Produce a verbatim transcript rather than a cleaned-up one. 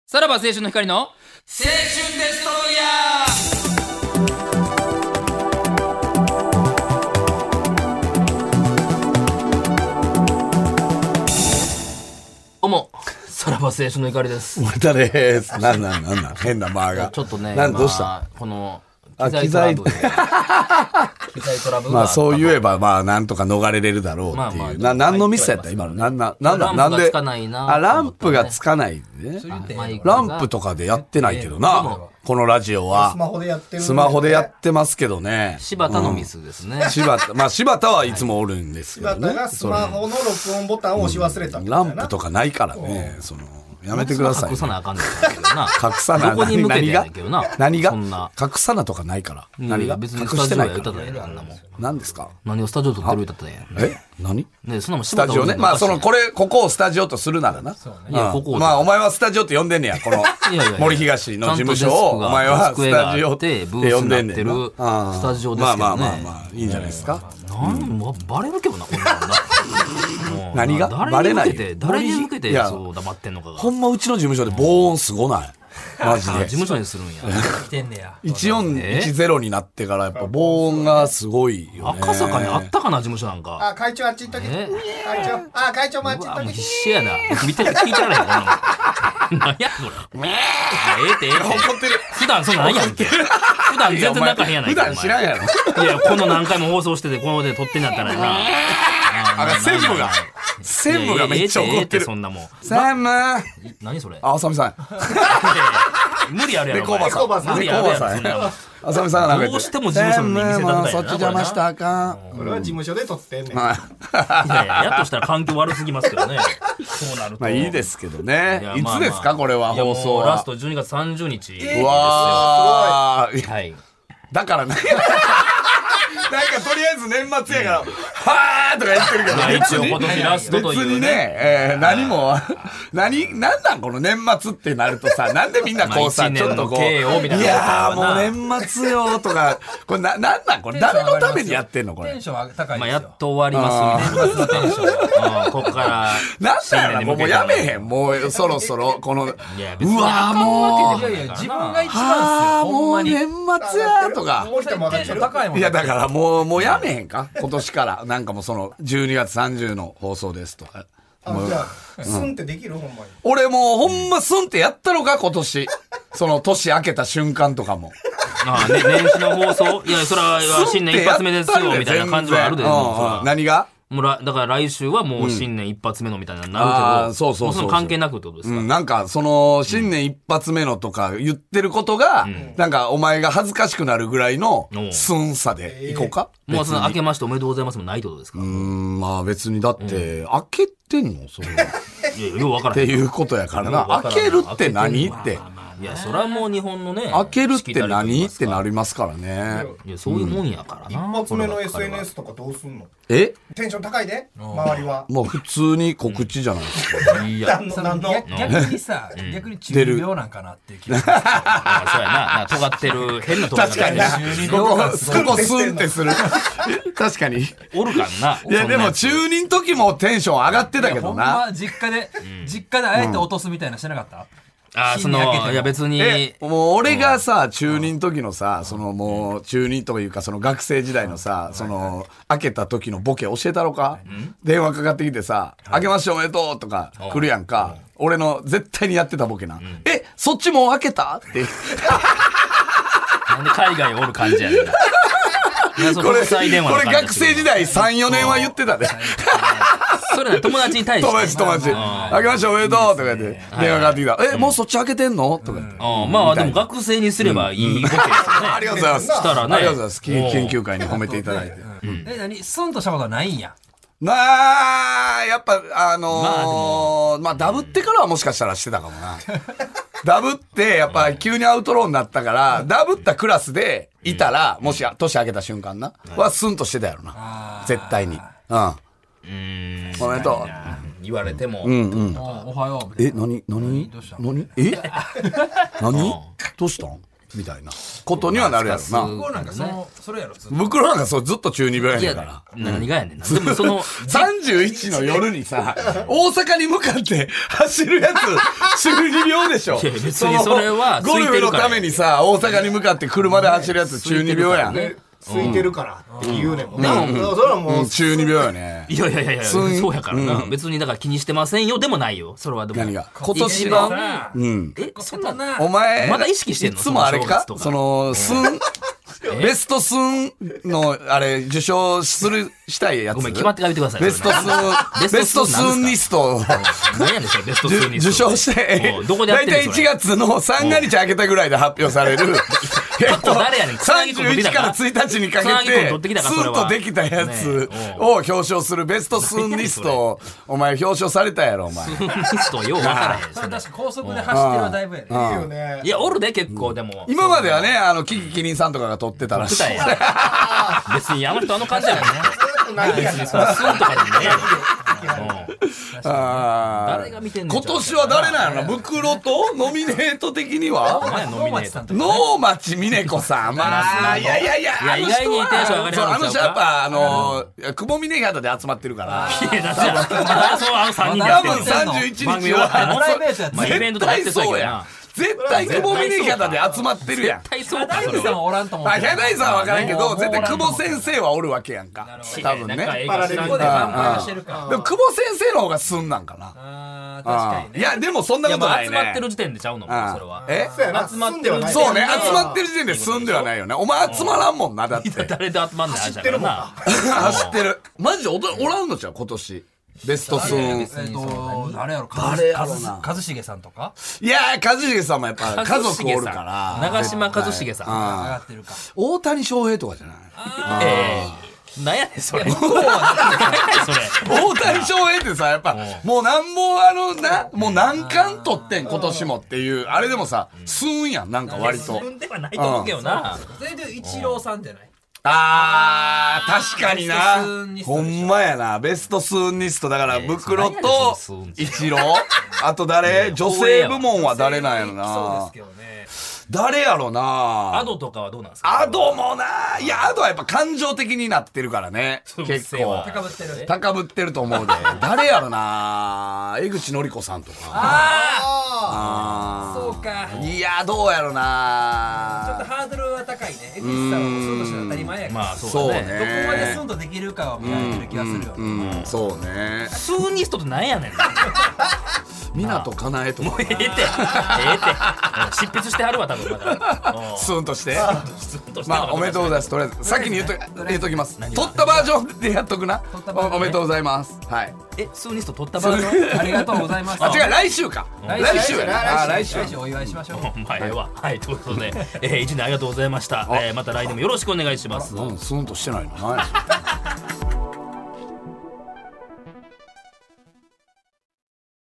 さらば青春の光の青春デストロイヤー。どうもさらば青春の光です。 森田です。なんなんなんなん変なバーがちょっとね、 なんどうした、 このあ機材トラブル機材トラブルまあそう言えばまあなんとか逃れれるだろうっていう、まあまあ、な何のミスやった今のなんななんだなんであランプがつかないね。ランプとかでやってないけどな、このラジオはスマホでやってる、 スマホでやってますけどね。 柴田のミスですね、 うん、柴田まあ柴田はいつもおるんですけどね。 柴田がスマホの録音ボタンを押し忘れた、 うん、ランプとかないからね、そのやめてください、ね。 隠さなあかんねんけどな。 隠さな。 どこに向けてやねんけどな。 何がそんな隠さなとかないから。何が別にスタジオや歌ったやん、あんなもん。 何ですか？ 何をスタジオ撮ってる歌ったやん。 え？何？ ね、そんなもんスタジオね。まあそのこれここをスタジオとするならな。 いやここ。 まあお前はスタジオって呼んでんねや。この森東の事務所をお前はスタジオって呼んでんねん。 スタジオですけどね。 まあまあまあまあいいんじゃないですか。 なんもバレるけどなこんなのな。 何がバレない？ 誰に向けてそう黙ってんのかが。 ほんまうちの事務所で防音すごない？マジで。 事務所にするんや。 来てんねや。 いちよんいちゼロになってからやっぱ防音がすごいよね。 赤坂にあったかな事務所なんか。 あ、会長あっち行っとき。会長。あ、会長もあっち行っとき。 必死やな。見て聞いてられへんこんなの。何やこれ。ええってええって。 怒ってる。 普段そんなんないやんけ。普段全然仲へんやないか。 普段知らんやろ。 いや、この何回も放送してて、こので撮ってんやったらな。 あ、専務が。専務がめっちゃ怒ってる。 そんなもん。 専務。 何それ。 あ、あさみさん。 無理あるやろ。 レコーバーさん。 無理あるやろ、そんなもん。 あさみさんがなんかどうしても事務所に見せたくない。 そっち邪魔したらあかん。 これは事務所で撮ってんねん。いやいや、やっとしたら環境悪すぎますけどね。そうなると。 まあいいですけどね。いつですかこれは放送は。 ラストじゅうにがつさんじゅうにち。 うわー。 はい。 だからね。なんかとりあえず年末やから、はーとか言ってるけど、 まあ一応今年ラストというね。 別にね、えー、何も、何、なんなんこの年末ってなるとさ、なんでみんなこうさ、ちょっとこう、いやーもう年末よとか、これな、なんなんこれ誰のためにやってんのこれ。 テンション高いですよ。 まあやっと終わりますみたいな。テンション。ここから。 なんだよな、もうやめへん。もうそろそろ、この、うわーもう、 いやいや、自分が一番ですよ。 あーもう年末やとか。 もう一人もテンション高いもん。 いやだからもう、もうやめへんか今年から。なんかもうその、じゅうにがつさんじゅうの放送ですとか。 あ、じゃあ、スンってできるほんまに。 俺もうほんまスンってやったのか今年。その年明けた瞬間とかも。 ああ、ね、年始の放送いや、それは新年一発目ですよ、みたいな感じはあるで。 何がもうらだから来週はもう新年一発目のみたいなのになるけど、 あーそうそうそうそうもうその関係なくってことですか、 うん、なんかその新年一発目のとか言ってることが、うん、なんかお前が恥ずかしくなるぐらいのスンさでいこうか、 えー、もうその明けましておめでとうございますもないってことですか。 うーん、まあ別にだって、うん、開けてんのそれいやよう分からんっていうことやからな。開けるって何って。 いや、それはもう日本のね。 開けるって何ってなりますからね。 いや、そういうもんやからな。 一発目の エスエヌエス とかどうすんの？ え？ テンション高いで周りは。 もう普通に告知じゃないですか。 いや、 何の逆にさ、逆に中二病なんかなっていう気がする。 そうやな。尖ってる、変な尖ってる。 確かに。ここ、ここスンってする。確かに。 おるかんな。 いや、でも中二の時もテンション上がってたけどな。 ほんま実家で、実家であえて落とすみたいなしてなかった？ ああ、その、いや別に。 もう俺がさ、中二の時のさ、そのもう、中二というかその学生時代のさ、その、開けた時のボケ教えたろか？電話かかってきてさ、開けましておめでとうとか来るやんか。俺の絶対にやってたボケな。え、そっちもう開けたって。 なんで海外おる感じやねん。 これ、これ学生時代さん、よねんは言ってたで。 それは友達に対して。 友達、友達。開けましておめでとうとか言って、電話かかってきた。え、もうそっち開けてんのとか言って。 まあでも学生にすればいいボケですよね。 ありがとうございます。 したらね。 ありがとうございます。研究会に褒めていただいて。 え、何スンとしたことはないんや。 まあ、やっぱ、あのー、まあ、ダブってからはもしかしたらしてたかもな。ダブって、やっぱ急にアウトローになったから、ダブったクラスでいたら、もし年明けた瞬間な、はスンとしてたやろな。絶対に。うん。おめでとう。 言われても。 うんうん。 おはよう。え、なになになにえ何どうしたんみたいなことにはなるやろな。 こうなんかそのそれやろずっと袋なんかそうずっと中二病やいやねんから。 何がやねんな。でもそのさんじゅういちの夜にさ、大阪に向かって走るやつ、中二病でしょ。 いや別にそれはゴルフのためにさ、大阪に向かって車で走るやつ、中二病やん。 で空いてるからって言うねんもんな。それはもう、 うん中二病よね。 いやいやいやいや、 すんそうやからな。別にだから気にしてませんよでもないよ。それはでも。 何が今年は、 さうん。 え、そんな、 なお前、 まだ意識してんのいつもあれかその正月とかその、スン、ベストスンの、あれ、受賞する、したいやつ。 ごめん、決まってから言ってください。 ベストスン、ベストスンニスト。 何やねん、それ、ベストスーニスト。 受賞しておう、どこでやってんのだいたいいちがつの三が日明けたぐらいで発表される。えっと誰やねん草薙君取ってきたかさんじゅういちからついたちにかけ草薙君取てってきた、かスそれはンとできたやつねを表彰するベストスンニストを、お前表彰されたやろ、お前。 スーニストよう分からへん。 それ確か高速で走ってるのはだいぶやねいいよね。 いや、おるで、結構、でも。 今まではね、あの、キキキリンさんとかが撮ってたらしい。 撮ってたやん別に、あの人あの感じやもんね。 ずっとないやん。 そのスンとかでもね。 あー誰が見てんねん今年は誰なんやろな、袋とノミネート的には何やノミネート。 能町みね子さん。まあ、いやいやいや、 いやあの人意外にテンション上がりそう、 はるんちゃうかあの人やっぱ、あの、久保峰方で集まってるから。 いや、だって、まだそう、あのさんにんでや多分ってんのさんじゅういちにち番組終わっては、 プライベートやってまあ、イベントとかやってそうやけどな。 絶対久保峰方で集まってるやん。 絶対そうか、 大それは。 さんはおらんと思うあ、 けどヒャダイさんは分からんけど、 もう絶対久保もうおらんと思う先生はおるわけやんか。多分ね。 仲ええでか知らんけどここで乾杯してるかも久保先生の方がすんなんかな。 あー確かにねいや、でもそんないや、まあ、 ことないね。 集まってる時点でちゃうのもうんそれは。 えそうやな。 集まってるそうね、集まってる。 る時点で済んではないよね。お前集まらんもんな、だって。 誰で集まんねん、あれだからな。 走ってる。マジでおとおらんのちゃう、今年。ベストスン。 えっと誰やろ誰やろな一茂さんとかいやー、一茂さんもやっぱ家族おるから。 長嶋一茂さん。 上うんがってるか大谷翔平とかじゃないええ。なんやねん、それ。何やねん、それ。 大谷翔平ってさ、やっぱ、もうなんもあのな、もう何冠取ってん、今年もっていう、あれでもさ、すんやん、なんか割と自。分ではないと思うけどな。 それでイチローさんじゃないあー、確かになベストスーンニ。ストほでしょんまやな。ベストスーンニスト。だから、 えー袋とそんなんやねんそのスーンってイチロー。あと誰女性部門は誰なんやろそうでなす。けどね誰やろな。 アドとかはどうなんですかアドもな。いや、アドはやっぱ感情的になってるからね。 そう結構。 高ぶってる高ぶってると思うで。誰やろな。江口のり子さんとか。あそうかーいや、どうやろちょっとな。 ハードルは高いね江口さんはもうそうとして当たり前やからまあ、 そそううだね。 ね。 どこまでスンとできるかは見られてる気がするよねうん、そうね。 スーニストってなんやねん。 港かなえとか。 ええって。ええって。執筆してはるわ、多分まだ。 スーンとして。 ままあ、おめでとうございます。とりあえず、先に言うと、言うときます。 何撮ったバージョンでやっとくな。 撮ったバージョンねおおめでとうございます。はい。 え、スーニスト取ったバージョンありがとうございますあ、違う、来週か。 来来週週やな。あ、来週。 来週お祝いしましょうお前は。はい、ということで、えー、一年ありがとうございました。えー、また来年もよろしくお願いします。 うん、スーンとしてないの。何やそれ